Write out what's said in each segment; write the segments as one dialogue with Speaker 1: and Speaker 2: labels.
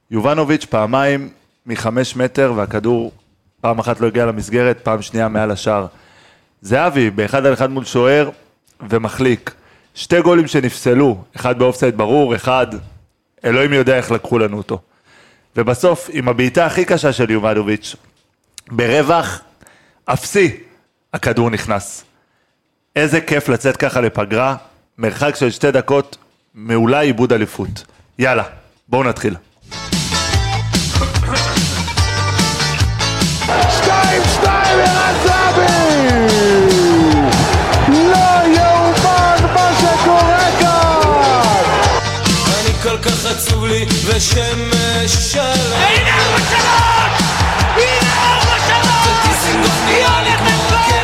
Speaker 1: יובנוביץ' פעמיים מ5 מטר, והכדור פעם אחת לא הגיע למסגרת, פעם שנייה מעל השער. זהבי, באחד על אחד מול שוער, ומחליק. 2 גולים שנפסלו, אחד באופסייד ברור, אחד, אלוהים יודע איך לקחו לנו אותו. ובסוף, עם הבעיטה הכי קשה של יובנוביץ', ברווח אפסי, הכדור נכנס. איזה כיף לצאת ככה לפגרה, מרחק של 2 דקות, מאולי איבוד אליפות. יאללה, בואו נתחיל.
Speaker 2: 2-2 ערן זהבי! לא יאומן מה שקורה כאן!
Speaker 3: אני כל כך עצוב לי ושמש שלם.
Speaker 4: הנה 4-3! הנה 4-3! היא הולכת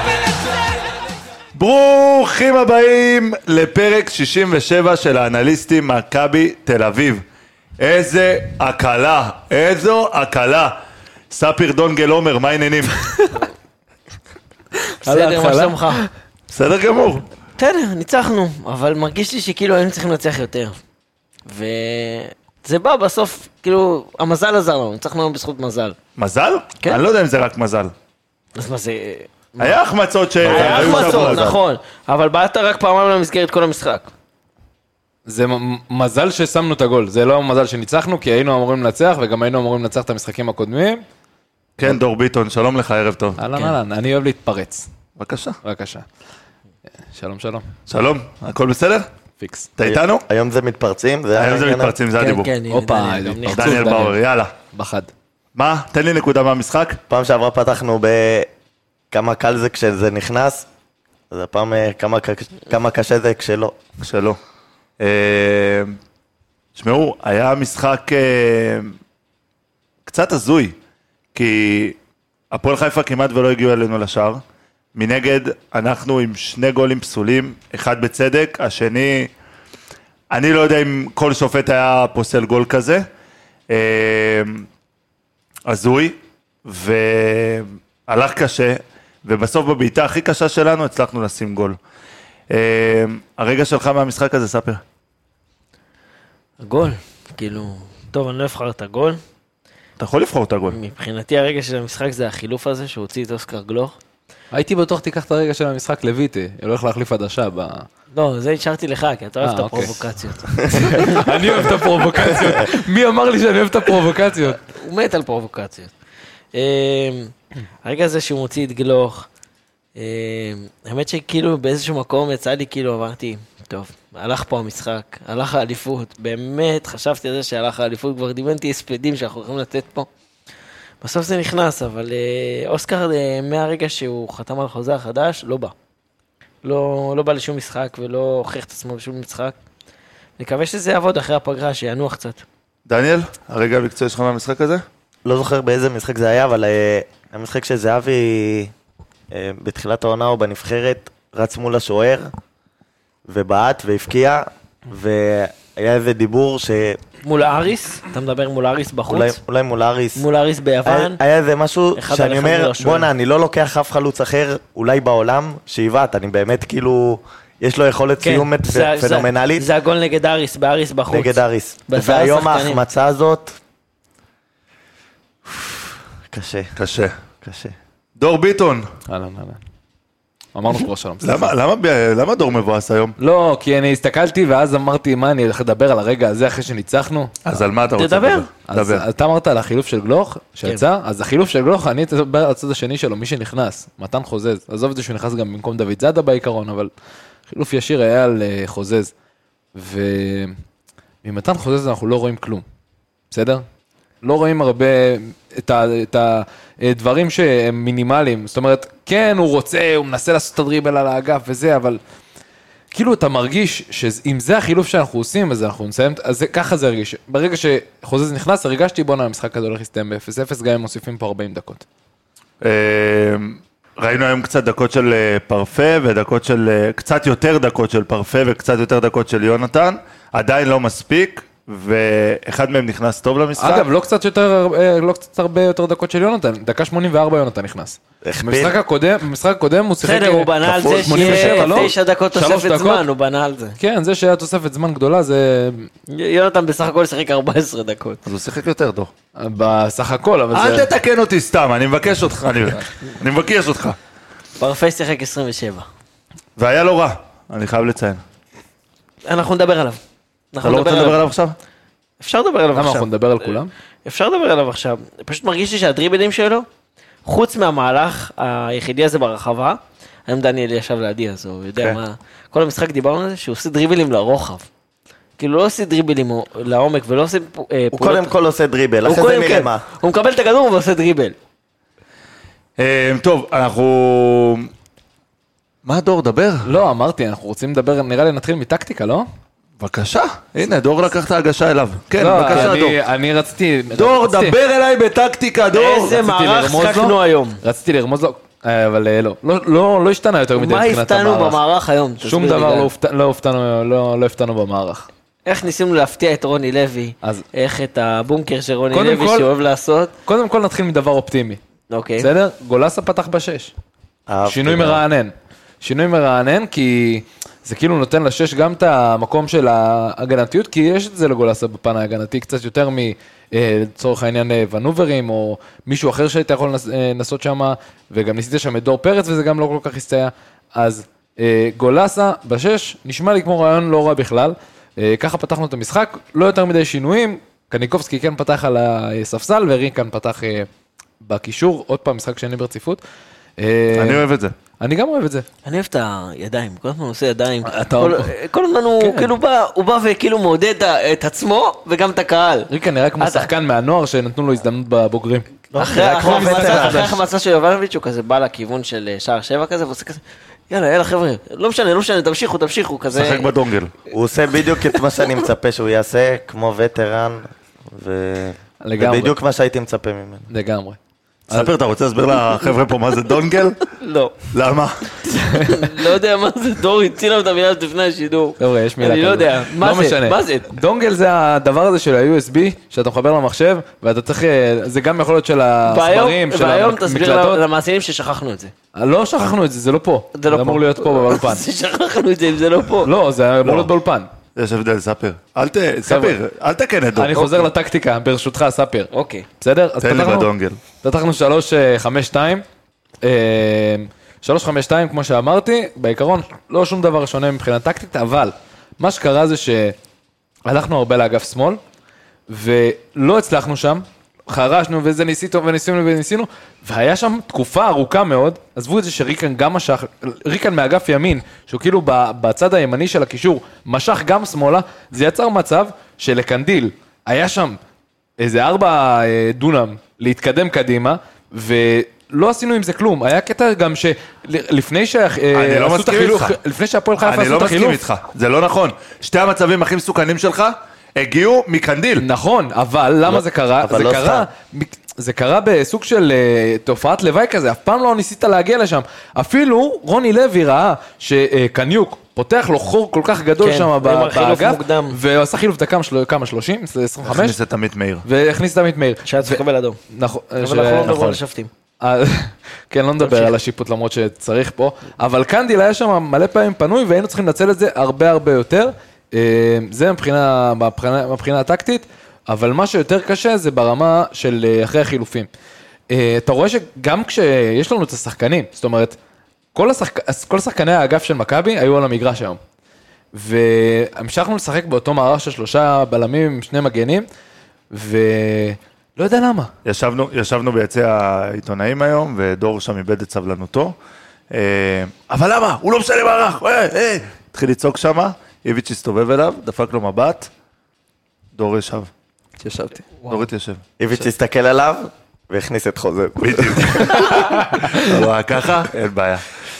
Speaker 1: ברוכים הבאים לפרק 67 של האנליסטים מכבי תל אביב. איזה הקלה, איזו הקלה. ספיר דונגל עומר, מה העניינים?
Speaker 5: בסדר, מה שלומך?
Speaker 1: בסדר גמור.
Speaker 5: בסדר, ניצחנו, אבל מרגיש לי שכאילו היינו צריכים לנצח יותר. וזה בא בסוף, כאילו, המזל עזר לנו, ניצחנו בזכות מזל.
Speaker 1: מזל?
Speaker 5: כן.
Speaker 1: אני לא יודע אם זה רק מזל.
Speaker 5: אז מה זה...
Speaker 1: היה החמצות
Speaker 5: היה החמצות, נכון, אבל באת רק פעמיים למסגרת כל המשחק.
Speaker 6: זה מזל ששמנו את הגול, זה לא מזל שניצחנו, כי היינו אמורים לנצח, וגם היינו אמורים לנצח את המשחקים הקודמים.
Speaker 1: כן, דור ביטון, שלום לך, ערב טוב.
Speaker 6: אהלן, אני אוהב להתפרץ.
Speaker 1: בבקשה.
Speaker 6: בבקשה. שלום.
Speaker 1: שלום, הכל בסדר?
Speaker 6: פיקס.
Speaker 1: אתה איתנו?
Speaker 7: היום זה מתפרצים,
Speaker 1: היום זה מתפרצים, זה הדיבור.
Speaker 5: כן,
Speaker 6: הופה,
Speaker 1: דניאל באואר, יאללה.
Speaker 6: בחד.
Speaker 1: מה? תן לי נקודה מהמשחק.
Speaker 7: פעם שעברה פתחנו בכמה קל זה כשזה נכנס, אז הפעם כמה קשה זה כשלא.
Speaker 1: שלא. תשמעו, היה משחק קצת הזוי, כי הפועל חיפה כמעט ולא הגיעו אלינו לשער. מנגד, אנחנו עם 2 גולים פסולים, אחד בצדק, השני, אני לא יודע אם כל שופט היה פוסל גול כזה. הזוי, והלך קשה, ובסוף בבעיטה הכי קשה שלנו הצלחנו לשים גול. הרגע שלך מהמשחק הזה, ספר.
Speaker 5: הגול, כאילו, טוב, אני לא אבחר את הגול.
Speaker 1: אתה יכול לבחור את הגול.
Speaker 5: מבחינתי הרגע של המשחק זה החילוף הזה, שהוא הוציא את אוסקר גלוך.
Speaker 6: הייתי בטוח תיקח את הרגע של המשחק לויטה, אני הולך להחליף עדשה ב...
Speaker 5: לא, זה השארתי לך, כי אתה אוהב את הפרובוקציות.
Speaker 6: אני אוהב את הפרובוקציות. מי אמר לי שאני אוהב את הפרובוקציות?
Speaker 5: הוא מת על פרובוקציות. הרגע הזה שהוא מוציא את גלוך, האמת שכאילו באיזשהו מקום יצא לי כאילו אמרתי, טוב, הלך פה המשחק, הלך האליפות, באמת חשבתי על זה שהלך האליפות, כבר דימנתי הספדים שאנחנו יכולים לתת פה. בסוף זה נכנס, אבל אוסקר מהרגע שהוא חתם על חוזה החדש, לא בא. לא בא לשום משחק ולא הוכיח את עצמו בשום משחק. נקווה שזה יעבוד אחרי הפגרה, שינוח קצת.
Speaker 1: דניאל, הרגע המקצועי שלך מהמשחק הזה?
Speaker 7: לא זוכר באיזה משחק זה היה, אבל המשחק של זהבי בתחילת העונה או בנבחרת, רץ מול השוער, ובעט והפקיע, והיה איזה דיבור ש...
Speaker 5: מול אריס? אתה מדבר מול אריס בחוץ?
Speaker 7: אולי מול אריס.
Speaker 5: מול אריס ביוון?
Speaker 7: היה איזה משהו שאני אומר,
Speaker 5: מול
Speaker 7: בונה, אני לא לוקח אף חלוץ אחר, אולי בעולם, שיבט, אני באמת כאילו, יש לו יכולת סיומת פנומנלית.
Speaker 5: זה הגול נגד אריס, באריס בחוץ.
Speaker 7: נגד אריס. והיום ההחמצה הזאת, קשה.
Speaker 1: דור ביטון.
Speaker 6: אהלן. אמרנו כבר שלום.
Speaker 1: למה דור מבואס היום?
Speaker 6: לא, כי אני הסתכלתי ואז אמרתי, מה, אני הולך לדבר על הרגע הזה אחרי שניצחנו?
Speaker 1: אז על מה אתה רוצה
Speaker 5: לדבר?
Speaker 6: אז אתה אמרת על החילוף של גלוך שיצא, אז החילוף של גלוך, אני אדבר על הצד השני שלו, מי שנכנס, מתן חוזז. עזוב את זה שהוא נכנס גם במקום דוד זאדה בעיקרון, אבל חילוף ישיר היה על חוזז. וממתן חוזז אנחנו לא רואים כלום, בסדר? לא רואים הרבה את הדברים שהם מינימליים, זאת אומרת, כן, הוא רוצה, הוא מנסה לעשות את הדריבל על האגף וזה, אבל כאילו אתה מרגיש שאם זה החילוף שאנחנו עושים, אז אנחנו נסיים, אז ככה זה הרגיש. ברגע שחוזז נכנס, הרגשתי, בוא המשחק הזה הולך להסתיים ב-0-0, גם אם מוסיפים פה 40 דקות.
Speaker 1: ראינו היום קצת דקות של פרפה, קצת יותר דקות של פרפה, וקצת יותר דקות של יונתן, עדיין לא מספיק, ואחד מהם נכנס טוב למשחק.
Speaker 6: אגב, לא קצת הרבה יותר דקות של יונתן, דקה 84 יונתן נכנס. במשחק הקודם הוא שיחק
Speaker 5: בסדר, הוא בנה על זה
Speaker 6: 87, לא?
Speaker 5: 9 דקות
Speaker 6: 3
Speaker 5: תוספת
Speaker 6: דקות.
Speaker 5: זמן, הוא בנה על זה.
Speaker 6: כן, זה שהיה תוספת זמן גדולה, זה
Speaker 5: יונתן בסך הכל שיחק 14 דקות.
Speaker 1: אז הוא שיחק יותר טוב.
Speaker 6: בסך הכל, אבל
Speaker 1: אל
Speaker 6: זה...
Speaker 1: תתקן אותי סתם, אני מבקש אותך. אני מבקש אותך.
Speaker 5: פרפס שיחק 27.
Speaker 1: והיה לא רע, אני חייב לציין.
Speaker 5: אנחנו נדבר עליו.
Speaker 1: אתה לא רוצה לדבר עליו עכשיו?
Speaker 5: אפשר לדבר עליו
Speaker 6: למה
Speaker 5: עכשיו.
Speaker 6: אנחנו נדבר על כולם?
Speaker 5: אפשר לדבר עליו עכשיו. פשוט מרגיש לי שהדריבלים שלו, חוץ מהמהלך היחידי הזה ברחבה, היום דניאל ישב לידי, אז הוא יודע מה... כל המשחק דיברנו על זה, שהוא עושה דריבלים לרוחב. כאילו לא עושה דריבלים לעומק, ולא עושה פעולות...
Speaker 7: הוא קודם כל עושה דריבל, אחרי זה נראה מה.
Speaker 5: הוא מקבל את הכדור ועושה דריבל.
Speaker 1: טוב, אנחנו... מה דור, דבר?
Speaker 6: לא, אמרתי, אנחנו רוצים לדבר, נראה לי נתחיל מטקטיקה, לא?
Speaker 1: בבקשה, הנה, דור לקח את ההגשה אליו. כן,
Speaker 6: לא,
Speaker 1: בבקשה, דור.
Speaker 6: אני רציתי...
Speaker 1: דור, דבר אליי בטקטיקה, דור.
Speaker 5: איזה מערך
Speaker 6: לרמוז לו.
Speaker 5: שחקנו היום.
Speaker 6: רציתי לרמוז לו, אבל לא השתנה יותר מדי
Speaker 5: מה
Speaker 6: מבחינת
Speaker 5: הפתענו
Speaker 6: המערך.
Speaker 5: במערך היום?
Speaker 6: שום
Speaker 5: תסביר לי,
Speaker 6: דבר
Speaker 5: גל.
Speaker 6: לא הפתענו במערך.
Speaker 5: איך ניסינו להפתיע את רוני לוי,
Speaker 6: אז-
Speaker 5: איך את הבונקר של רוני
Speaker 6: קודם
Speaker 5: לוי
Speaker 6: כל-
Speaker 5: שאוהב לעשות.
Speaker 6: קודם כל נתחיל מדבר אופטימי.
Speaker 5: אוקיי.
Speaker 6: בסדר? גולסה פתח בשש.
Speaker 7: אהבתי
Speaker 6: שינוי
Speaker 7: מאוד.
Speaker 6: מרענן. שינוי מרענן כי זה כאילו נותן לשש גם את המקום של ההגנתיות, כי יש את זה לגולסה בפן ההגנתי, קצת יותר לצורך העניין ונוברים, או מישהו אחר שהיית יכול לנסות שם, וגם ניסית שם את דור פרץ, וזה גם לא כל כך הסתייע. אז גולסה בשש נשמע לי כמו רעיון לא רע בכלל. ככה פתחנו את המשחק, לא יותר מדי שינויים, קניקובסקי כן פתח על הספסל, וריקן פתח בקישור, עוד פעם משחק שני ברציפות.
Speaker 1: אני אוהב את זה.
Speaker 6: אני גם אוהב את זה.
Speaker 5: אני אוהב את הידיים, כל הזמן הוא עושה ידיים.
Speaker 6: אתה-
Speaker 5: כל הזמן הוא כאילו בא וכאילו מעודד את עצמו וגם את הקהל.
Speaker 6: ריקן נראה כמו שחקן מהנוער שנתנו לו הזדמנות בבוגרים.
Speaker 5: אחרי החמצה של יובנוביץ' הוא כזה בא לכיוון של שער 7 כזה, ועושה כזה, יאללה חבר'ה, לא משנה, תמשיכו כזה.
Speaker 1: שחק בדונגל.
Speaker 7: הוא עושה בדיוק את מה שאני מצפה שהוא יעשה, כמו וטרן,
Speaker 6: לגמרי.
Speaker 7: ובדיוק מה שהייתי מצפה ממנו.
Speaker 6: לגמרי.
Speaker 1: ספר, אתה רוצה להסביר לחבר'ה פה מה זה דונגל?
Speaker 5: לא.
Speaker 1: למה?
Speaker 5: לא יודע מה זה, דור הציל את המילה לפני השידור.
Speaker 6: חבר'ה, יש מילה
Speaker 5: אני לא יודע,
Speaker 6: לא משנה.
Speaker 5: מה זה?
Speaker 6: דונגל זה הדבר הזה של ה-USB, שאתה מחבר למחשב, ואתה צריך, זה גם יכול להיות של הספרים, של
Speaker 5: והיום תסביר
Speaker 6: המקלטות.
Speaker 5: למאזינים ששכחנו את זה.
Speaker 6: לא שכחנו את זה, זה לא פה.
Speaker 5: זה לא פה.
Speaker 6: אמור להיות פה באולפן.
Speaker 5: שכחנו את זה אם זה לא פה.
Speaker 6: לא, זה אמור להיות באולפן.
Speaker 1: יש הבדל, ספר. ספר, אל תקן את דור.
Speaker 6: אני חוזר לטקטיקה, ברשותך, ספר.
Speaker 5: אוקיי.
Speaker 6: בסדר? אז
Speaker 1: תן לי בדונגל.
Speaker 6: פתחנו 3-5-2, 3-5-2 כמו שאמרתי, בעיקרון לא שום דבר שונה מבחינת טקטית, אבל מה שקרה זה שהלכנו הרבה לאגף שמאל, ולא הצלחנו שם, חרשנו וזה וניסינו, והיה שם תקופה ארוכה מאוד, עזבו את זה שריקן גם משך, ריקן מאגף ימין, שהוא כאילו בצד הימני של הקישור, משך גם שמאלה, זה יצר מצב שלקנדיל היה שם איזה 4 דונם להתקדם קדימה, ולא עשינו עם זה כלום. היה קטע גם שלפני לפני שהפועל חיפה
Speaker 1: אני
Speaker 6: עשו
Speaker 1: לא
Speaker 6: את
Speaker 1: מסכים
Speaker 6: החילוף.
Speaker 1: איתך, זה לא נכון. שתי המצבים הכי מסוכנים שלך הגיעו מקנדיל.
Speaker 6: נכון, אבל למה זה קרה?
Speaker 7: אבל לא
Speaker 6: זה קרה בסוג של תופעת לוואי כזה, אף פעם לא ניסית להגיע לשם. אפילו רוני לוי ראה שקניוק פותח לו חור כל כך גדול
Speaker 5: כן,
Speaker 6: שם
Speaker 5: עם החילוף
Speaker 6: באגף,
Speaker 5: מוקדם.
Speaker 6: והוא עשה חילוף דקה כמה 30? 25?
Speaker 1: הכניס את עמית מאיר.
Speaker 6: והכניס את עמית מאיר.
Speaker 5: שהיה צריך לקבל אדום.
Speaker 6: נכון.
Speaker 5: אבל אנחנו לא מדברים על השופטים.
Speaker 6: כן, לא נדבר על השיפוט למרות שצריך פה, אבל קנדיל היה שם מלא פעמים פנוי והיינו צריכים לנצל את זה הרבה יותר, זה מבחינה הטקטית, אבל מה שיותר קשה זה ברמה של אחרי החילופים. אתה רואה שגם כשיש לנו את השחקנים, זאת אומרת, כל שחקני האגף של מכבי היו על המגרש היום, והמשכנו לשחק באותו מערך של 3 בלמים עם 2 מגנים, ולא יודע למה.
Speaker 1: ישבנו ביציע העיתונאים היום, ודור שם איבד את סבלנותו. אבל למה? הוא לא משנה מערך. התחיל לצעוק שמה, איביץ' הסתובב אליו, דפק לו מבט, דור ישב.
Speaker 6: ישבתי.
Speaker 1: דור התיישב.
Speaker 7: איביץ' הסתכל עליו, והכניס את חוזר.
Speaker 1: בדיוק. וואי, ככה? אין בעיה.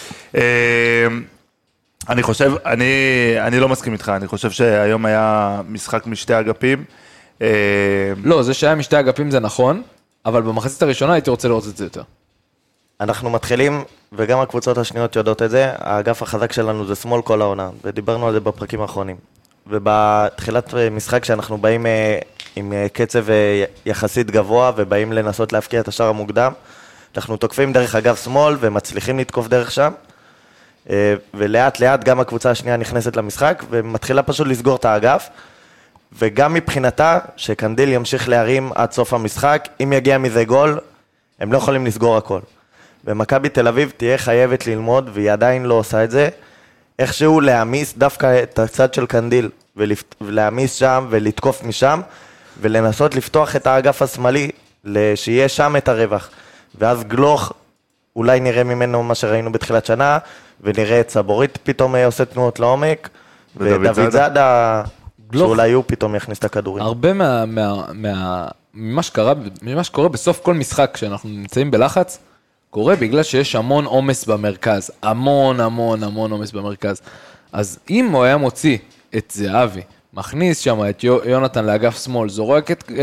Speaker 1: אני חושב, אני לא מסכים איתך, אני חושב שהיום היה משחק משתי אגפים.
Speaker 6: לא, זה שהיה משתי אגפים זה נכון, אבל במחצית הראשונה הייתי רוצה לראות את זה יותר.
Speaker 7: אנחנו מתחילים, וגם הקבוצות השניות יודעות את זה, האגף החזק שלנו זה שמאל כל העונה, ודיברנו על זה בפרקים האחרונים. ובתחילת משחק שאנחנו באים עם קצב יחסית גבוה ובאים לנסות להפקיע את השער המוקדם, אנחנו תוקפים דרך אגב שמאל ומצליחים לתקוף דרך שם, ולאט לאט גם הקבוצה השנייה נכנסת למשחק ומתחילה פשוט לסגור את האגף, וגם מבחינתה שקנדיל ימשיך להרים עד סוף המשחק, אם יגיע מזה גול, הם לא יכולים לסגור הכל. ומכבי תל אביב תהיה חייבת ללמוד, והיא עדיין לא עושה את זה, איכשהו להעמיס דווקא את הצד של קנדיל, ולהעמיס שם ולתקוף משם, ולנסות לפתוח את האגף השמאלי, שיהיה שם את הרווח. ואז גלוך, אולי נראה ממנו מה שראינו בתחילת שנה, ונראה את סבורית פתאום עושה תנועות לעומק, ודוד זאדה, שאולי הוא פתאום יכניס את הכדורים.
Speaker 6: הרבה ממה שקורה בסוף כל משחק, כשאנחנו נמצאים בלחץ, קורה בגלל שיש המון עומס במרכז, המון עומס במרכז. אז אם הוא היה מוציא את זהבי, מכניס שם את יונתן לאגף שמאל, זורק את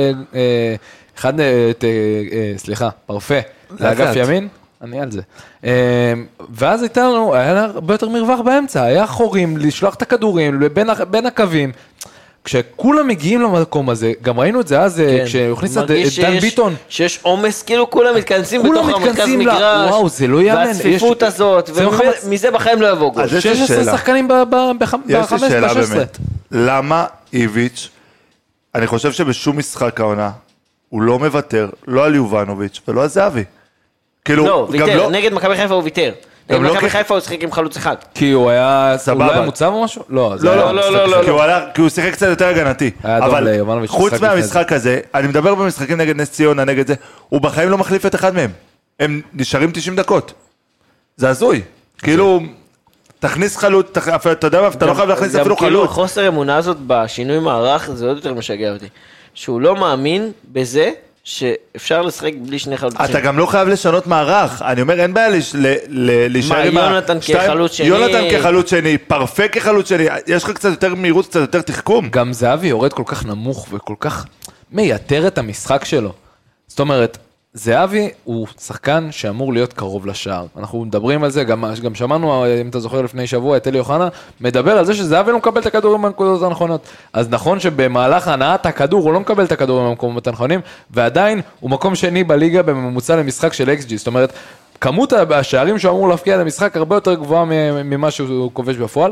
Speaker 6: פרפה לאגף ימין, אני על זה. ואז היה הרבה יותר מרווח באמצע, היה חורים לשלוח את הכדורים בין הקווים, כשכולם מגיעים למקום הזה, גם ראינו את זה אז, כשהוא הכניס את דן ביטון.
Speaker 5: שיש עומס, כאילו כולם מתכנסים בתוך המרכז מגרש.
Speaker 6: וואו, זה לא יאמן.
Speaker 5: והצפיפות הזאת, ומזה בחיים לא יבוא גול.
Speaker 6: 16 שחקנים ב-15.
Speaker 1: יש לי שאלה באמת. למה איביץ', אני חושב שבשום משחק העונה, הוא לא מוותר, לא על יובנוביץ' ולא על זהבי.
Speaker 5: לא, ויתר, נגד מכבי חיפה הוא ויתר. נגד מכבי חיפה הוא שיחק עם חלוץ אחד.
Speaker 6: כי הוא היה מוצב או משהו? לא.
Speaker 1: כי הוא שיחק קצת יותר הגנתי. אבל חוץ מהמשחק הזה, אני מדבר במשחקים נגד נס ציונה, נגד זה, הוא בחיים לא מחליף את אחד מהם. הם נשארים 90 דקות. זה הזוי. כאילו, תכניס חלוץ, אתה יודע מה, אתה לא חייב להכניס אפילו חלוץ.
Speaker 5: גם חוסר אמונה הזאת בשינוי מערך, זה עוד יותר משגע אותי. שהוא לא מאמין בזה, שאפשר לשחק בלי שני חלוצים.
Speaker 1: אתה גם לא חייב לשנות מערך. אני אומר, אין בעיה להישאר עם
Speaker 5: יונתן כחלוץ שני.
Speaker 1: יונתן כחלוץ שני, פרפה כחלוץ שני. יש לך קצת יותר מהירות, קצת יותר תחכום.
Speaker 6: גם זהבי יורד כל כך נמוך וכל כך מייתר את המשחק שלו. זאת אומרת, זהבי הוא שחקן שאמור להיות קרוב לשער. אנחנו מדברים על זה, גם שמענו, אם אתה זוכר לפני שבוע, את אלי אוחנה, מדבר על זה שזהבי לא מקבל את הכדורים בנקודות הנכונות. אז נכון שבמהלך הנעת הכדור הוא לא מקבל את הכדורים במקומות הנכונים, ועדיין הוא מקום שני בליגה בממוצע למשחק של XG. זאת אומרת, כמות השערים שהוא אמור להפקיע למשחק הרבה יותר גבוהה ממה שהוא כובש בפועל,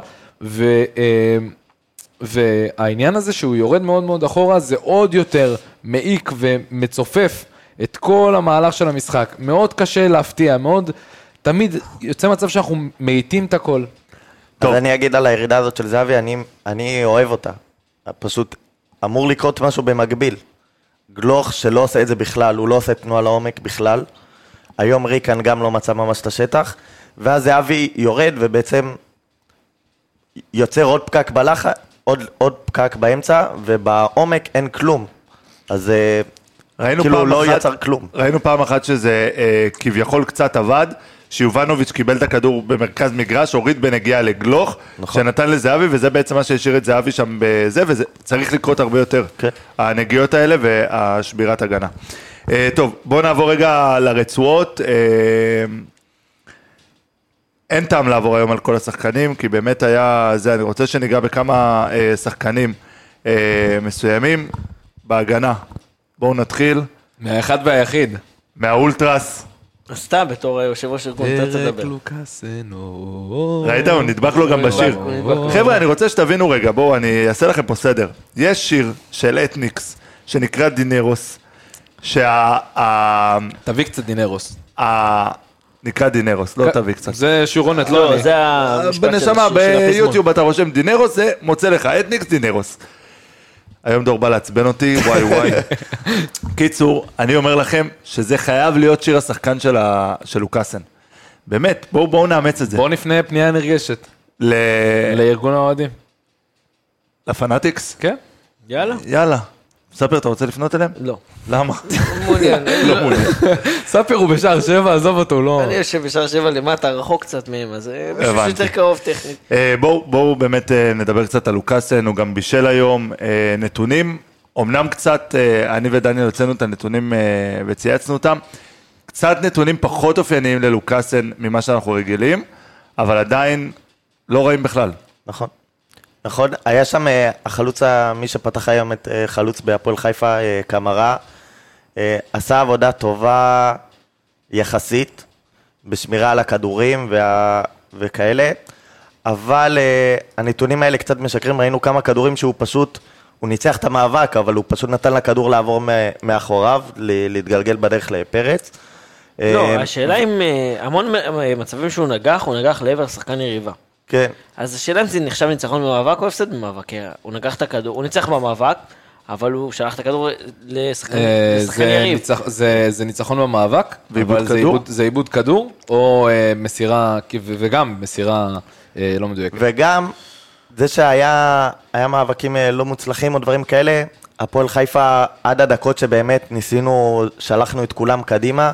Speaker 6: והעניין הזה שהוא יורד מאוד מאוד אחורה, זה עוד יותר מעיק ומצופף את כל המהלך של המשחק. מאוד קשה להפתיע, מאוד, תמיד יוצא מצב שאנחנו מאיטים את הכל.
Speaker 7: אז אני אגיד על הירידה הזאת של זהבי, אני אוהב אותה. פשוט אמור לקרות משהו במקביל. גלוך שלא עושה את זה בכלל, הוא לא עושה תנועה לעומק בכלל. היום ריקן גם לא מצא ממש את השטח, ואז זהבי יורד ובעצם יוצר עוד פקק בלחץ, עוד פקק באמצע, ובעומק אין כלום. אז כאילו לא יצר כלום.
Speaker 1: ראינו פעם אחת שזה כביכול קצת עבד, שיובנוביץ' קיבל את הכדור במרכז מגרש, הוריד בנגיעה לגלוך, שנתן לזהבי, וזה בעצם מה שהשאיר את זהבי שם בזה, וזה צריך לקרות הרבה יותר, הנגיעות האלה והשבירת הגנה. טוב, בואו נעבור רגע לרצועות. אין טעם לעבור היום על כל השחקנים, כי באמת היה זה, אני רוצה שניגע בכמה שחקנים מסוימים בהגנה. בואו נתחיל.
Speaker 6: מהאחד והיחיד.
Speaker 1: מהאולטרס.
Speaker 5: עשתה בתור יושב ראש ארגון, אתה תדבר.
Speaker 1: ראית? הוא נדבק לו גם בשיר. חבר'ה, אני רוצה שתבינו רגע, בואו, אני אעשה לכם פה סדר. יש שיר של אתניקס, שנקרא דינרוס,
Speaker 6: תביא קצת דינרוס.
Speaker 1: נקרא דינרוס, לא תביא קצת.
Speaker 6: זה שורונת,
Speaker 5: לא, זה המשפט של
Speaker 1: בנשמה, ביוטיוב אתה רושם דינרוס, זה מוצא לך, אתניקס דינרוס. היום דור בא לעצבן אותי, וואי. קיצור, אני אומר לכם שזה חייב להיות שיר השחקן של לוקאסן. באמת, בואו נאמץ את זה.
Speaker 6: בואו נפנה פנייה נרגשת. לארגון האוהדים.
Speaker 1: לפנאטיקס?
Speaker 6: כן.
Speaker 5: יאללה.
Speaker 1: ספר, אתה רוצה לפנות אליהם?
Speaker 5: לא.
Speaker 1: למה?
Speaker 5: מעוניין.
Speaker 1: לא מעוניין.
Speaker 6: ספר הוא בשער 7, עזוב אותו, לא.
Speaker 5: אני יושב בשער 7 למטה, רחוק קצת מהם, אז משהו שיותר קרוב טכנית.
Speaker 1: בואו באמת נדבר קצת על לוקאסן, הוא גם בישל היום נתונים, אמנם קצת, אני ודניאל הוצאנו את הנתונים וצייצנו אותם, קצת נתונים פחות אופייניים ללוקאסן ממה שאנחנו רגילים, אבל עדיין לא רואים בכלל.
Speaker 7: נכון. נכון, היה שם החלוץ, מי שפתח היום את חלוץ בהפועל חיפה, קמרה, עשה עבודה טובה יחסית, בשמירה על הכדורים וכאלה, אבל הנתונים האלה קצת משקרים, ראינו כמה כדורים שהוא פשוט, הוא ניצח את המאבק, אבל הוא פשוט נתן לכדור לעבור מאחוריו, להתגלגל בדרך לפרץ.
Speaker 5: לא, השאלה אם המון מצבים שהוא נגח לעבר שחקן יריבה.
Speaker 7: כן.
Speaker 5: אז השאלה אם זה נחשב ניצחון במאבק או הפסד במאבק, הוא נגח את הכדור, הוא ניצח במאבק, אבל הוא שלח את הכדור לשחקן יריב.
Speaker 6: זה ניצחון במאבק,
Speaker 1: ועיבוד
Speaker 6: אבל
Speaker 1: כדור?
Speaker 6: זה עיבוד כדור, או מסירה, וגם מסירה לא מדויקת.
Speaker 7: וגם זה שהיה מאבקים לא מוצלחים או דברים כאלה, הפועל חיפה עד הדקות שבאמת ניסינו, שלחנו את כולם קדימה,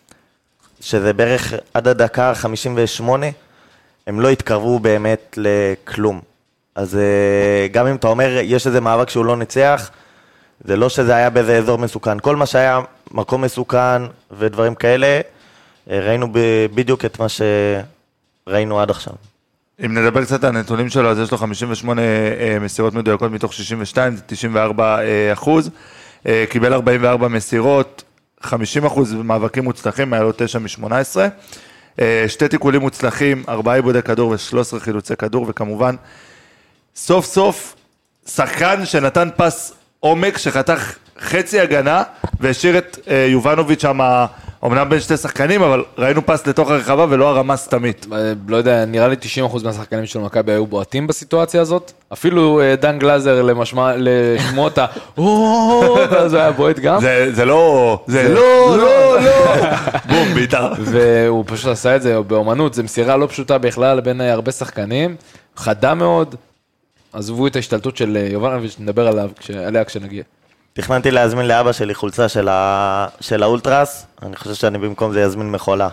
Speaker 7: שזה בערך עד הדקה 58, הם לא התקרבו באמת לכלום. אז גם אם אתה אומר, יש איזה מאבק שהוא לא ניצח, זה לא שזה היה באיזה אזור מסוכן. כל מה שהיה מקום מסוכן ודברים כאלה, ראינו בדיוק את מה שראינו עד עכשיו.
Speaker 1: אם נדבר קצת על הנתונים שלו, אז יש לו 58 מסירות מדויקות מתוך 62, זה 94%. קיבל 44 מסירות, 50% מאבקים מוצלחים, היה לו 9 מ-18. 2 תיקולים מוצלחים, 4 עיבודי כדור ו13 חילוצי כדור, וכמובן, סוף סוף, שחקן שנתן פס עומק, שחתך חצי הגנה, והשאיר את יובנוביץ' שם, אמנם בין 2 שחקנים, אבל ראינו פס לתוך הרחבה ולא הרמה סתמית.
Speaker 6: לא יודע, נראה לי 90% מהשחקנים של מכבי היו בועטים בסיטואציה הזאת. אפילו דן גלאזר לשמועות אז הוא היה בועט גם.
Speaker 1: זה לא, לא, בום, בית"ר.
Speaker 6: והוא פשוט עשה את זה באומנות, זו מסירה לא פשוטה בכלל בין הרבה שחקנים, חדה מאוד. עזבו את ההשתלטות של יובנוביץ', נדבר עליה כשנגיע.
Speaker 7: תכננתי להזמין לאבא שלי חולצה של האולטרס, אני חושב שאני במקום זה יזמין מחולה.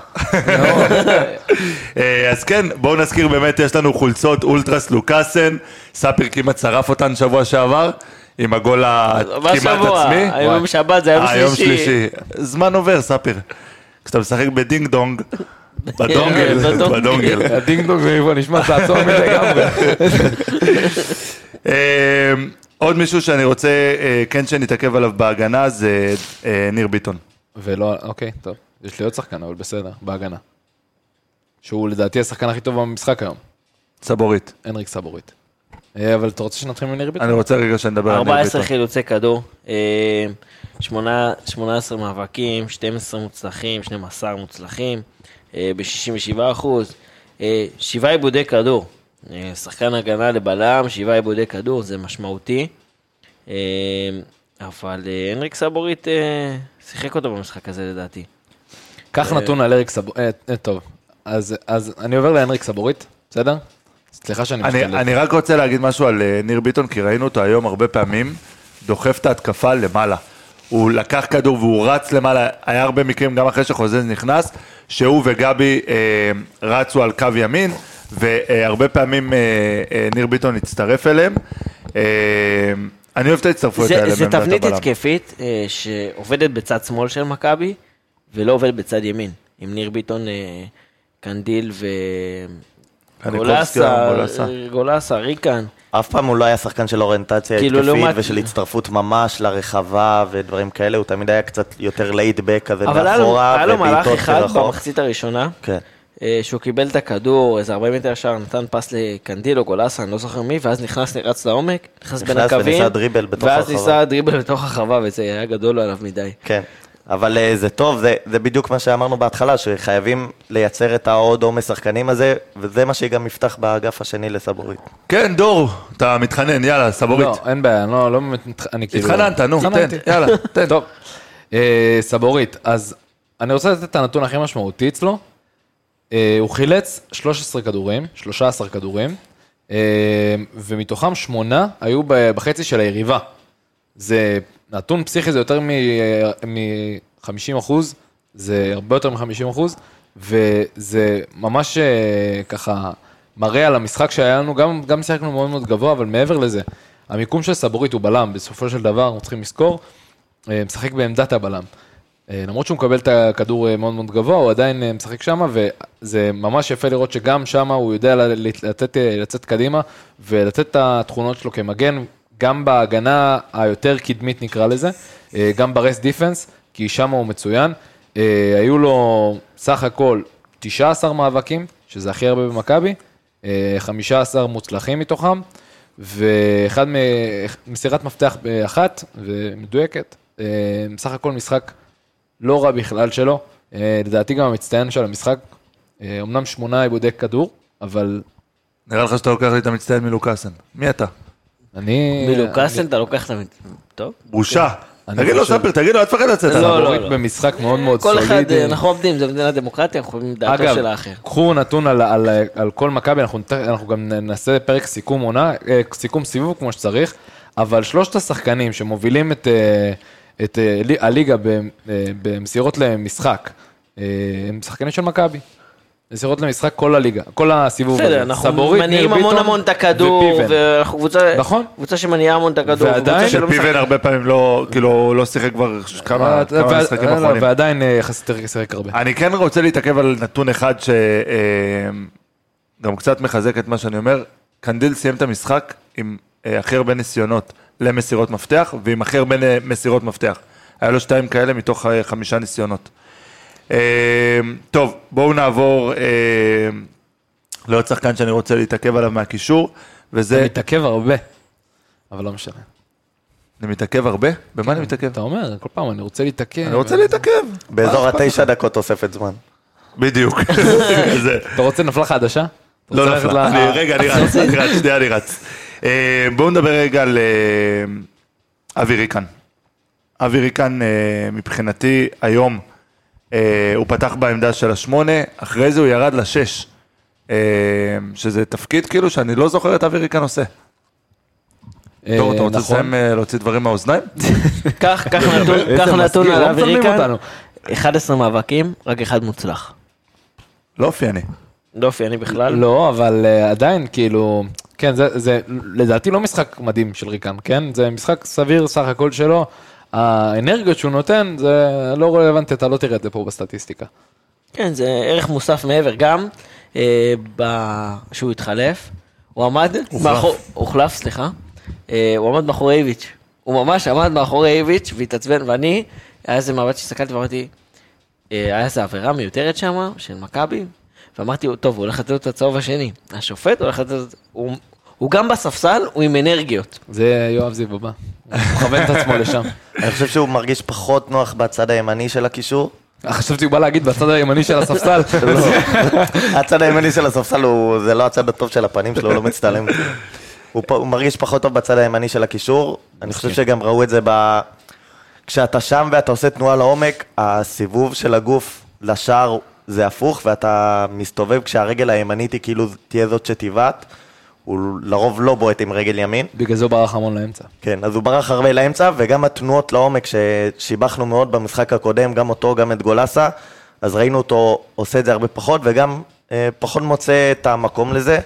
Speaker 1: אז כן, בואו נזכיר באמת, יש לנו חולצות אולטרס לוקאסן, ספיר כמעט שרף אותן שבוע שעבר, עם הגול הכמעט עצמי.
Speaker 5: היום שבת, זה היום שלישי.
Speaker 1: זמן עובר, ספיר. כשאתה משחק בדינג דונג, בדונגל.
Speaker 6: הדינג דונג זה נשמע תעצור מזה גם.
Speaker 1: עוד מישהו שאני רוצה כן שנתעכב עליו בהגנה, זה ניר ביטון.
Speaker 6: ולא, אוקיי, טוב. יש לי עוד שחקן, אבל בסדר, בהגנה. שהוא לדעתי השחקן הכי טוב במשחק היום.
Speaker 1: סבורית.
Speaker 6: הנריק סבורית. אבל אתה רוצה שנתחיל מניר ביטון?
Speaker 1: אני רוצה רגע שנדבר על ניר ביטון.
Speaker 5: 14 חילוצי כדור, 18 מאבקים, 12 מוצלחים, 12 מוצלחים, ב-67%, 7 עיבודי כדור. שחקן הגנה לבלם, 7 עיבודי כדור, זה משמעותי. אבל הנריק סבורית שיחק אותו במשחק הזה לדעתי.
Speaker 6: כך נתון על הנריק סבורית, טוב. אז אני עובר להנריק סבורית, בסדר? סליחה שאני משתלט.
Speaker 1: אני רק רוצה להגיד משהו על ניר ביטון, כי ראינו אותו היום הרבה פעמים, דוחף את ההתקפה למעלה. הוא לקח כדור והוא רץ למעלה, היה הרבה מקרים, גם אחרי שחוזז נכנס, שהוא וגבי רצו על קו ימין, והרבה פעמים ניר ביטון הצטרף אליהם. אני אוהב את ההצטרפויות האלה.
Speaker 5: זה תבנית התקפית שעובדת בצד שמאל של מכבי, ולא עובדת בצד ימין. עם ניר ביטון, קנדיל וגולסה, ריקן.
Speaker 7: אף פעם הוא לא היה שחקן של אוריינטציה התקפית ושל הצטרפות ממש לרחבה ודברים כאלה, הוא תמיד היה קצת יותר ליידבק כזה מאחורה.
Speaker 5: היה לו מהלך אחד במחצית הראשונה,
Speaker 7: כן.
Speaker 5: שהוא קיבל את הכדור, איזה 40 מטר שער, נתן פס לקנדיל או גולסה, אני לא זוכר מי, ואז נכנס, רץ לעומק, נכנס בין הקווים,
Speaker 7: וניסה דריבל בתוך הרחבה.
Speaker 5: ואז ניסה דריבל בתוך הרחבה, וזה היה גדול עליו מדי.
Speaker 7: כן, אבל זה טוב, זה בדיוק מה שאמרנו בהתחלה, שחייבים לייצר את העוד עומס שחקנים הזה, וזה מה שגם יפתח באגף השני לסבורית.
Speaker 1: כן, דור, אתה מתחנן, יאללה, סבורית.
Speaker 6: לא, אין בעיה, לא אני כאילו...
Speaker 1: התחננת, נו, תן, יאללה, תן.
Speaker 6: טוב, סבורית, אז אני רוצה לתת את הנתון הכי משמעותי אצלו, הוא חילץ 13 כדורים, ומתוכם 8 היו בחצי של היריבה. זה נתון פסיכי, זה יותר מ-50%, זה הרבה יותר מ-50%, וזה ממש ככה מראה על המשחק שהיה לנו, גם שיחקנו מאוד מאוד גבוה, אבל מעבר לזה, המיקום של סבורית הוא בלם, בסופו של דבר אנחנו צריכים לזכור, משחק בעמדת הבלם. למרות שהוא מקבל את הכדור מאוד מאוד גבוה, הוא עדיין משחק שם, וזה ממש יפה לראות שגם שם הוא יודע לצאת קדימה, ולתת את התכונות שלו כמגן, גם בהגנה היותר קדמית נקרא לזה, גם ברס דיפנס, כי שם הוא מצוין. היו לו סך הכל 19 מאבקים, שזה הכי הרבה במכבי, 15 מוצלחים מתוכם, ואחד מסירת מפתח באחת ומדויקת. סך הכל משחק לא רע בכלל שלו, לדעתי גם המצטיין של המשחק, אמנם 8 עיבודי כדור, אבל...
Speaker 1: נראה לך שאתה לוקח לי את המצטיין מלוקאסן. מי אתה?
Speaker 5: מלוקאסן אתה לוקח את המצטיין, טוב?
Speaker 1: בושה. תגיד לו, ספר, תגיד לו, אל תפחד לצאת.
Speaker 6: לא. במשחק מאוד מאוד
Speaker 5: כל אחד,
Speaker 6: סולידי.
Speaker 5: אנחנו עובדים, זה מדינה דמוקרטיה, אנחנו חושבים דעתו של האחר.
Speaker 6: אגב, קחו נתון על כל מכבי, אנחנו גם נעשה פרק סיכום עונה, סיכום סיבוב כמו שצריך, אבל 3 השחקנים שמובילים את הליגה במסירות למשחק, הם שחקנים של מכבי. מסירות למשחק כל הליגה, כל הסיבוב הזה.
Speaker 5: אנחנו מניעים המון את הכדור, ואנחנו קבוצה שמניעה המון את הכדור.
Speaker 1: שפיבן הרבה פעמים לא שיחק כבר כמה משחקים אחרונים.
Speaker 6: ועדיין יחסית שיחק הרבה.
Speaker 1: אני כן רוצה להתעכב על נתון אחד שגם קצת מחזק את מה שאני אומר. קנדיל סיים את המשחק עם הכי הרבה ניסיונות למסירות מפתח, ועם הכי הרבה מסירות מפתח. היה לו 2 כאלה מתוך 5 ניסיונות. טוב, בואו נעבור לעוד שחקן שאני רוצה להתעכב עליו מהקישור, וזה...
Speaker 6: אתה מתעכב הרבה, אבל לא משנה.
Speaker 1: אני מתעכב הרבה? במה אני מתעכב?
Speaker 6: אתה אומר, כל פעם אני רוצה להתעכב.
Speaker 1: אני רוצה להתעכב.
Speaker 7: באזור 9 דקות תוספת זמן.
Speaker 1: בדיוק.
Speaker 6: אתה רוצה נפלה חדשה?
Speaker 1: לא נפלה. רגע, אני רץ. בואו נדבר רגע על אבי ריקן. אבי ריקן מבחינתי היום, הוא פתח בעמדה של 8, אחרי זה הוא ירד ל6, שזה תפקיד כאילו שאני לא זוכר את אבי ריקן עושה. טוב, אתה רוצה לסיים להוציא דברים מהאוזניים?
Speaker 5: כך נתון על אבי ריקן, 11 מאבקים, רק 1 מוצלח.
Speaker 1: לא אופייני.
Speaker 5: לא אופייני בכלל.
Speaker 6: לא, אבל עדיין כאילו, כן, זה לדעתי לא משחק מדהים של ריקן, כן? זה משחק סביר סך הכל שלו, האנרגיות שהוא נותן, זה לא רלוונטי, אתה לא תראה את זה פה בסטטיסטיקה.
Speaker 5: כן, זה ערך מוסף מעבר, גם שהוא התחלף, הוא עמד, הוחלף, סליחה, הוא עמד מאחורי איביץ', הוא ממש עמד מאחורי איביץ' והתעצבן, ואני, היה איזה מבט שהסתכלתי ואמרתי, היה איזו עבירה מיותרת שם, של מכבי, ואמרתי, טוב, הוא הולך לתת את הצהוב השני, השופט הולך לתת, הוא גם בספסל, הוא עם אנרגיות.
Speaker 6: זה יואב זיו הבא. הוא מכוון את עצמו לשם.
Speaker 7: אני חושב שהוא מרגיש פחות נוח בצד הימני של הקישור.
Speaker 6: חשבתי הוא בא להגיד בצד הימני של הספסל.
Speaker 7: הצד הימני של הספסל זה לא הצד הטוב של הפנים שלו, הוא לא מצטלם. הוא מרגיש פחות טוב בצד הימני של הקישור. אני חושב שגם ראו את זה כשאתה שם ואתה עושה תנועה לעומק, הסיבוב של הגוף לשער זה הפוך, ואתה מסתובב כשהרגל הימנית היא כאילו תהיה זאת שתיבט. הוא לרוב לא בועט עם רגל ימין.
Speaker 6: בגלל זה הוא ברח המון לאמצע.
Speaker 7: כן, אז הוא ברח הרבה לאמצע, וגם התנועות לעומק ששיבחנו מאוד במשחק הקודם, גם אותו, גם את גולסה, אז ראינו אותו עושה את זה הרבה פחות, וגם פחות מוצא את המקום לזה.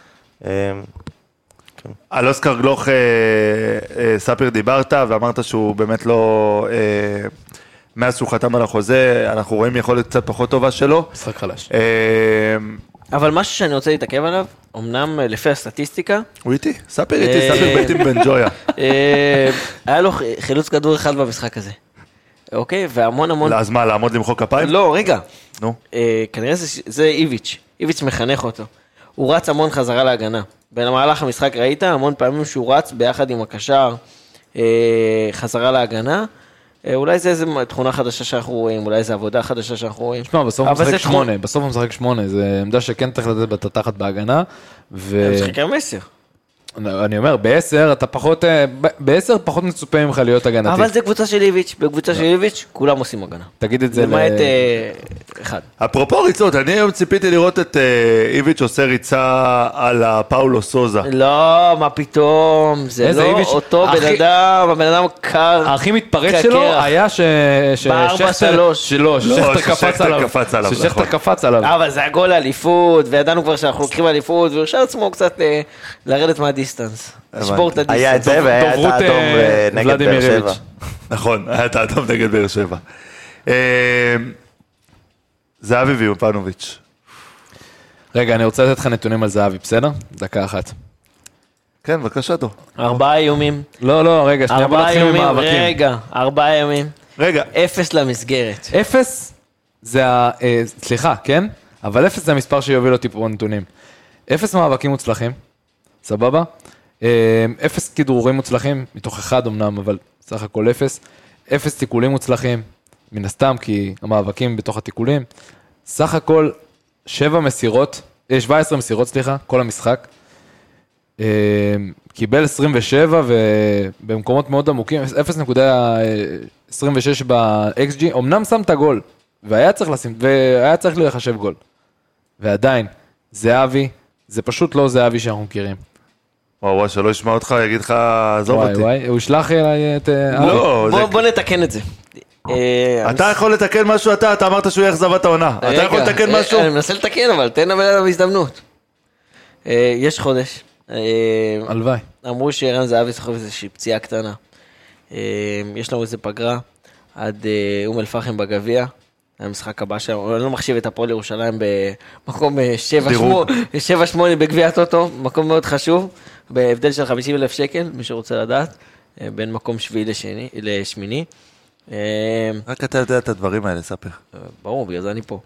Speaker 1: על אוסקר גלוך, ספיר דיברת, ואמרת שהוא באמת לא... מאז שהוא חתם על החוזה, אנחנו רואים יכולת קצת פחות טובה שלו.
Speaker 6: משחק חלש.
Speaker 5: אבל משהו שאני רוצה להתעכב עליו, אמנם לפי הסטטיסטיקה...
Speaker 1: הוא איתי, ספיר איתי, ספיר בית עם בן ג'ויה.
Speaker 5: היה לו חילוץ כדור אחד במשחק הזה. אוקיי? והמון...
Speaker 1: אז מה, לעמוד למחוא כפיים?
Speaker 5: לא, רגע.
Speaker 1: נו.
Speaker 5: כנראה זה איביץ'. איביץ' מחנך אותו. הוא רץ המון חזרה להגנה. במהלך המשחק ראית המון פעמים שהוא רץ ביחד עם הקשר חזרה להגנה. אולי זה איזו תכונה חדשה שאנחנו רואים, אולי איזו עבודה חדשה שאנחנו רואים.
Speaker 6: תשמע, בסוף הוא משחק 8, בסוף הוא משחק 8, זה עמדה שכן צריך לתת בתחת בהגנה.
Speaker 5: הוא משחק עם 10.
Speaker 6: אני אומר, ב-10 אתה פחות, ב-10 פחות מצופה ממך להיות הגנתי.
Speaker 5: אבל זה קבוצה של איביץ', בקבוצה של איביץ' כולם עושים הגנה.
Speaker 6: תגיד את זה
Speaker 5: למעט אחד.
Speaker 1: אפרופו ריצות, אני היום ציפיתי לראות את איביץ' עושה ריצה על הפאולו סוזה.
Speaker 5: לא, מה פתאום, זה לא אותו בן אדם, הבן אדם קר.
Speaker 6: הכי מתפרץ שלו היה ששכתר קפץ עליו.
Speaker 5: אבל זה הגול האליפות, וידענו כבר שאנחנו לוקחים אליפות, והרשה עצמו קצת לרדת מהדיסטנס. לשבור את הדיסטנס.
Speaker 7: היה את זה והיה את האדום נגד באר שבע.
Speaker 1: נכון, היה את האדום נגד באר שבע. זהבי ויובנוביץ'.
Speaker 6: רגע, אני רוצה לתת לך נתונים על זהבי, בסדר? דקה אחת.
Speaker 1: כן, בבקשה תו.
Speaker 5: 4 איומים.
Speaker 6: לא, רגע, שנייה, בוא
Speaker 5: 4
Speaker 6: נתחיל
Speaker 5: איומים,
Speaker 6: ממאבקים.
Speaker 5: רגע, 4 איומים.
Speaker 1: רגע,
Speaker 5: 0 למסגרת.
Speaker 6: 0 זה סליחה, כן? אבל 0 זה המספר שיוביל אותי פה בנתונים. 0 מאבקים מוצלחים, סבבה? 0 כדרורים מוצלחים, מתוך 1 אמנם, אבל סך הכל 0. 0 תיקולים מוצלחים, מן הסתם, כי המאבקים בתוך התיקולים. סך הכל 17 מסירות, סליחה, כל המשחק. קיבל 27 ובמקומות מאוד עמוקים, 0.26 ב-XG, אמנם שם את הגול, והיה צריך לחשב גול. ועדיין, זהבי, זה פשוט לא זהבי שאנחנו מכירים.
Speaker 1: וואו, שלא ישמע אותך, יגיד לך, עזוב אותי.
Speaker 6: וואי, הוא ישלח אליי את...
Speaker 1: לא,
Speaker 5: בוא נתקן את זה.
Speaker 1: אתה יכול לתקן משהו, אתה אמרת שהוא יחזב את העונה. אתה יכול לתקן משהו?
Speaker 5: אני מנסה לתקן, אבל תן עליו הזדמנות. יש חודש.
Speaker 6: הלוואי.
Speaker 5: אמרו שערן זהבי סוחב איזושהי פציעה קטנה. יש לנו איזה פגרה עד אום אל-פחם בגביע. המשחק הבא שם, אני לא מחשיב את הפועל ירושלים במקום 7-8 בגביע הטוטו, מקום מאוד חשוב, בהבדל של 50,000 שקל, מי שרוצה לדעת, בין מקום שביעי לשמיני.
Speaker 1: רק אתה יודע את הדברים האלה, ספר.
Speaker 5: ברור, בגלל זה אני פה.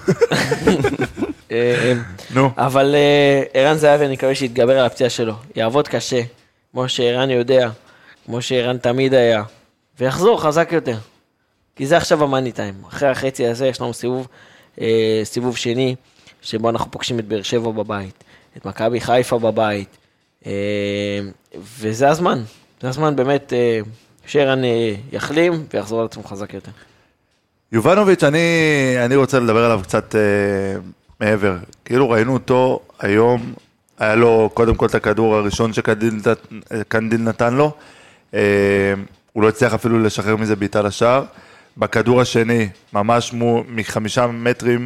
Speaker 1: נו.
Speaker 5: אבל ערן זהבי, אני מקווה שיתגבר על הפציעה שלו, יעבוד קשה, כמו שערן יודע, כמו שערן תמיד היה, ויחזור חזק יותר. כי זה עכשיו המאני טיים. אחרי החצי הזה יש לנו סיבוב שני, שבו אנחנו פוגשים את באר שבע בבית, את מכבי חיפה בבית, וזה הזמן. זה הזמן באמת שערן יחלים ויחזור על עצמו חזק יותר.
Speaker 1: יובנוביץ', אני רוצה לדבר עליו קצת מעבר. כאילו ראינו אותו היום, היה לו קודם כל את הכדור הראשון שקנדיל נתן לו, הוא לא הצליח אפילו לשחרר מזה בעיטה לשער. בכדור השני, ממש מ5 מטרים,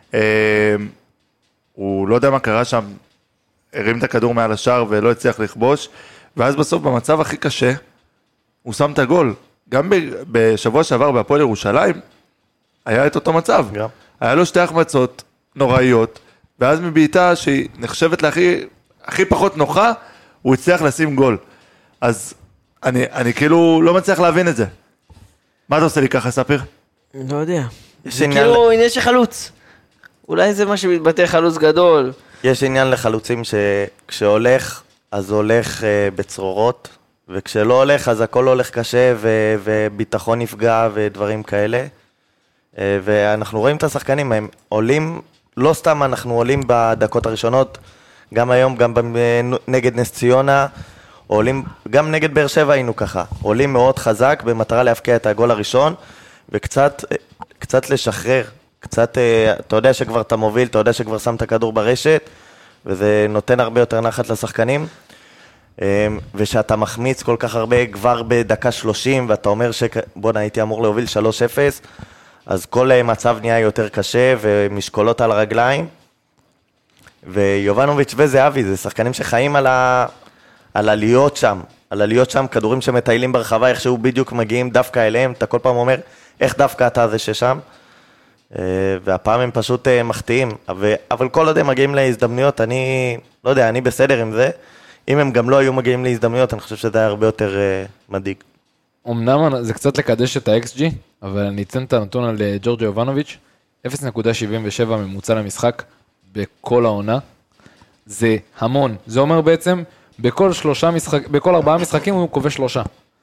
Speaker 1: הוא לא יודע מה קרה שם, הרים את הכדור מעל השער ולא הצליח לכבוש, ואז בסוף במצב הכי קשה, הוא שם את הגול. גם בשבוע שעבר בהפועל ירושלים, היה את אותו מצב. גם. היה לו 2 החמצות נוראיות, ואז מבעיטה שהיא נחשבת הכי פחות נוחה, הוא הצליח לשים גול. אז אני כאילו לא מצליח להבין את זה. מה אתה עושה לי ככה, ספיר?
Speaker 5: לא יודע. זה כאילו עניין של חלוץ. אולי זה מה שמתבטא חלוץ גדול.
Speaker 7: יש עניין לחלוצים שכשהולך, אז הולך בצרורות, וכשלא הולך, אז הכל הולך קשה, וביטחון נפגע ודברים כאלה. ואנחנו רואים את השחקנים, הם עולים, לא סתם אנחנו עולים בדקות הראשונות, גם היום, גם נגד נס ציונה, עולים, גם נגד באר שבע היינו ככה, עולים מאוד חזק במטרה להפקיע את הגול הראשון, וקצת לשחרר, קצת, אתה יודע שכבר אתה מוביל, אתה יודע שכבר שם את הכדור ברשת, וזה נותן הרבה יותר נחת לשחקנים, ושאתה מחמיץ כל כך הרבה כבר בדקה 30, ואתה אומר שבוא'נה הייתי אמור להוביל 3-0, אז כל מצב נהיה יותר קשה, ומשקולות על הרגליים, ויובנוביץ' וזהבי, זה שחקנים שחיים על עליות שם, כדורים שמטיילים ברחבה, איכשהו בדיוק מגיעים דווקא אליהם, אתה כל פעם אומר, איך דווקא אתה זה ששם, והפעם הם פשוט מחטיאים, אבל כל עוד הם מגיעים להזדמנויות, אני לא יודע, אני בסדר עם זה, אם הם גם לא היו מגיעים להזדמנויות, אני חושב שזה היה הרבה יותר מדאיג.
Speaker 6: אמנם זה קצת לקדש את ה-XG, אבל אני אתן את הנתון על ג'ורג'י יובנוביץ', 0.77 ממוצע למשחק בכל העונה, זה המון, זה אומר בעצם, בכל 4 משחקים הוא כובש 3.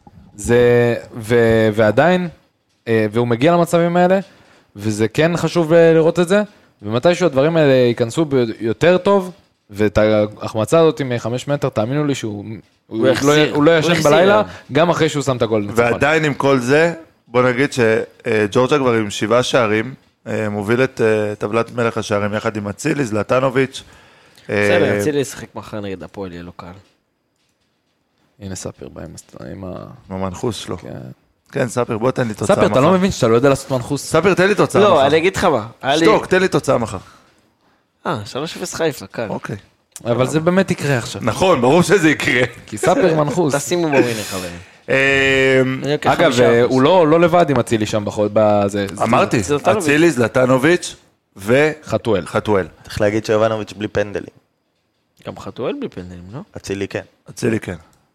Speaker 6: ועדיין, והוא מגיע למצבים האלה, וזה כן חשוב לראות את זה, ומתישהו הדברים האלה ייכנסו יותר טוב, ואת ההחמצה הזאת עם 5 מטר, תאמינו לי שהוא לא ישן בלילה, גם אחרי שהוא שם את הגול.
Speaker 1: ועדיין עם כל זה, בוא נגיד שג'ורג'ה כבר עם 7 שערים, מוביל את טבלת מלך השערים יחד עם אצילי, זלטנוביץ'.
Speaker 5: בסדר, אצילי ישחק מחר נגד הפועל, יהיה לו קל.
Speaker 6: הנה ספיר בא עם
Speaker 1: המנחוס שלו. כן, ספיר, בוא תן לי תוצאה מחר.
Speaker 6: ספיר, אתה לא מבין שאתה לא יודע לעשות מנחוס?
Speaker 1: ספיר, תן לי תוצאה מחר.
Speaker 5: לא, אני אגיד לך מה.
Speaker 1: שתוק, תן לי תוצאה מחר.
Speaker 5: 3-0 חיפה, קל.
Speaker 1: אוקיי.
Speaker 6: אבל זה באמת יקרה עכשיו.
Speaker 1: נכון, ברור שזה יקרה.
Speaker 6: כי ספיר מנחוס.
Speaker 5: תשימו בווינר, חברים.
Speaker 6: אגב, הוא לא לבד עם אצילי שם בחוד, בזה.
Speaker 1: אמרתי, אצילי, זלטנוביץ'
Speaker 6: חתואל.
Speaker 1: חתואל.
Speaker 7: צריך להגיד שיובנוביץ' בלי פנדלים.
Speaker 5: גם חתואל בלי פנדלים, לא?
Speaker 7: אצילי כן.
Speaker 1: אצילי כן.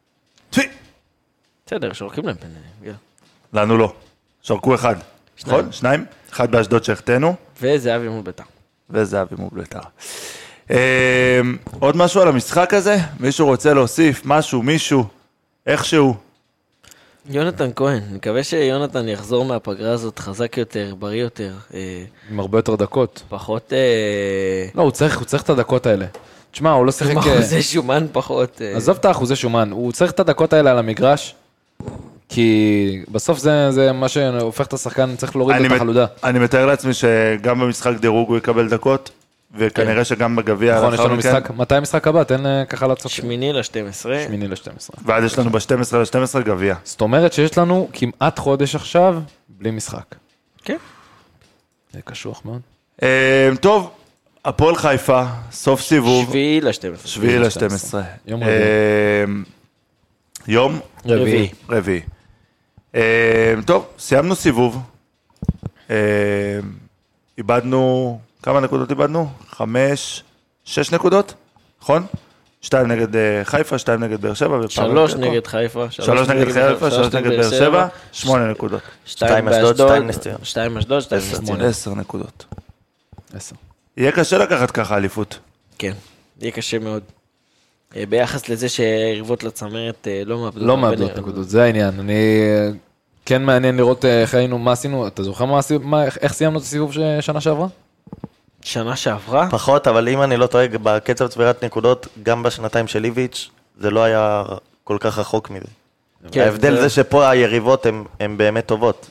Speaker 5: בסדר, שורקים להם פנדלים.
Speaker 1: לנו לא. שורקו אחד. נכון? שניים? אחד באשדוד שהחתנו.
Speaker 5: וזהבי מול בית"ר.
Speaker 1: וזהבי מול בית"ר. עוד משהו על המשחק הזה? מישהו רוצה להוסיף? משהו, מישהו? איכשהו?
Speaker 5: יונתן כהן, מקווה שיונתן יחזור מהפגרה הזאת חזק יותר, בריא יותר.
Speaker 6: עם הרבה יותר דקות.
Speaker 5: פחות...
Speaker 6: לא, הוא צריך את הדקות האלה. תשמע, הוא לא שיחק...
Speaker 5: עם אחוזי שומן פחות...
Speaker 6: עזוב את האחוזי שומן, הוא צריך את הדקות האלה על המגרש, כי בסוף זה מה שהופך את השחקן, צריך להוריד את החלודה.
Speaker 1: אני מתאר לעצמי שגם במשחק דירוג הוא יקבל דקות, וכנראה שגם בגביע...
Speaker 6: נכון, יש לנו משחק, מתי המשחק הבא? תן ככה לצוק.
Speaker 5: 8/12.
Speaker 6: 8/12.
Speaker 1: ואז יש לנו ב-12/12 גביע.
Speaker 6: זאת אומרת שיש לנו כמעט חודש עכשיו, בלי משחק.
Speaker 5: כן.
Speaker 6: זה קשוח מאוד.
Speaker 1: טוב, הפועל חיפה, סוף סיבוב.
Speaker 5: 7/12.
Speaker 1: 7/12.
Speaker 6: יום רביעי.
Speaker 1: יום? רביעי. טוב, סיימנו סיבוב. איבדנו, כמה נקודות איבדנו? 6 נקודות, נכון? 2 נגד חיפה, 2 נגד באר שבע.
Speaker 5: 3 נגד חיפה.
Speaker 1: 3 נגד חיפה, 3 נגד באר שבע, 8 נקודות.
Speaker 5: 2 באשדוד, 2 נס ציונה. 2 אשדוד, 2 נס ציונה.
Speaker 1: 10 נקודות.
Speaker 6: 10.
Speaker 1: יהיה קשה לקחת ככה אליפות.
Speaker 5: כן, יהיה קשה מאוד. ביחס לזה שיריבות לצמרת
Speaker 6: לא מאבדות נקודות, זה העניין. אני כן מעניין לראות איך היינו, מה עשינו, אתה זוכר איך סיימנו את הסיבוב שנה שעברה?
Speaker 5: שנה שעברה?
Speaker 7: פחות, אבל אם אני לא טועה, בקצב צבירת נקודות, גם בשנתיים של ליביץ', זה לא היה כל כך רחוק מזה. ההבדל זה שפה היריבות הן באמת טובות.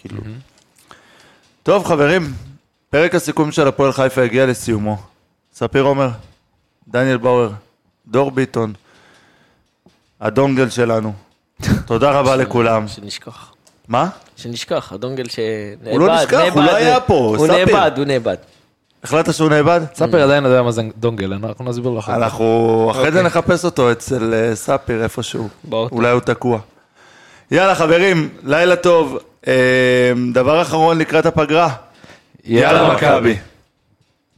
Speaker 1: טוב חברים, פרק הסיכום של הפועל חיפה הגיע לסיומו. ספיר עומר, דניאל באואר, דור ביטון, הדונגל שלנו. תודה רבה לכולם.
Speaker 5: שנשכח.
Speaker 1: מה?
Speaker 5: שנשכח, הדונגל שנאבד.
Speaker 1: הוא לא נשכח, הוא לא היה פה,
Speaker 5: ספיר. הוא נאבד.
Speaker 1: החלטת שהוא נאבד?
Speaker 6: ספיר עדיין יודע מה זה דונגל, אנחנו נסביר לך.
Speaker 1: אנחנו אחרי זה נחפש אותו אצל ספיר איפשהו. אולי הוא תקוע. יאללה חברים, לילה טוב. דבר אחרון לקראת הפגרה. יאללה מכבי.